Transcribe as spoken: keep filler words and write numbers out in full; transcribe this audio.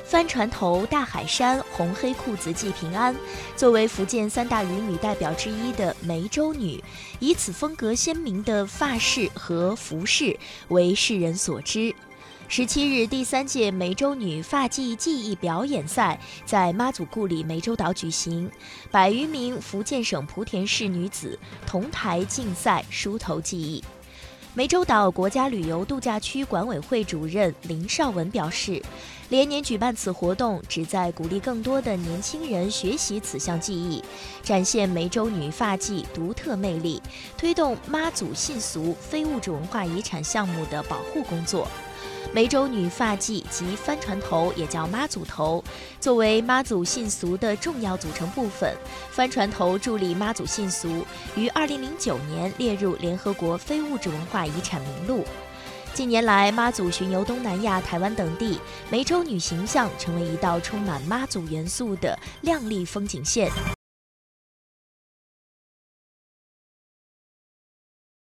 帆船头、大海山、红黑裤子系平安，作为福建三大渔女代表之一的梅州女，以此风格鲜明的发饰和服饰为世人所知。十七日，第三届梅州女发髻技艺表演赛在妈祖故里湄洲岛举行，百余名福建省莆田市女子同台竞赛梳头技艺。湄洲岛国家旅游度假区管委会主任林绍文表示，连年举办此活动，旨在鼓励更多的年轻人学习此项技艺，展现湄洲女发髻独特魅力，推动妈祖信俗非物质文化遗产项目的保护工作。湄洲女发髻及帆船头也叫妈祖头，作为妈祖信俗的重要组成部分，帆船头助力妈祖信俗，于二零零九年列入联合国非物质文化遗产名录。近年来，妈祖巡游东南亚、台湾等地，湄洲女形象成为一道充满妈祖元素的亮丽风景线。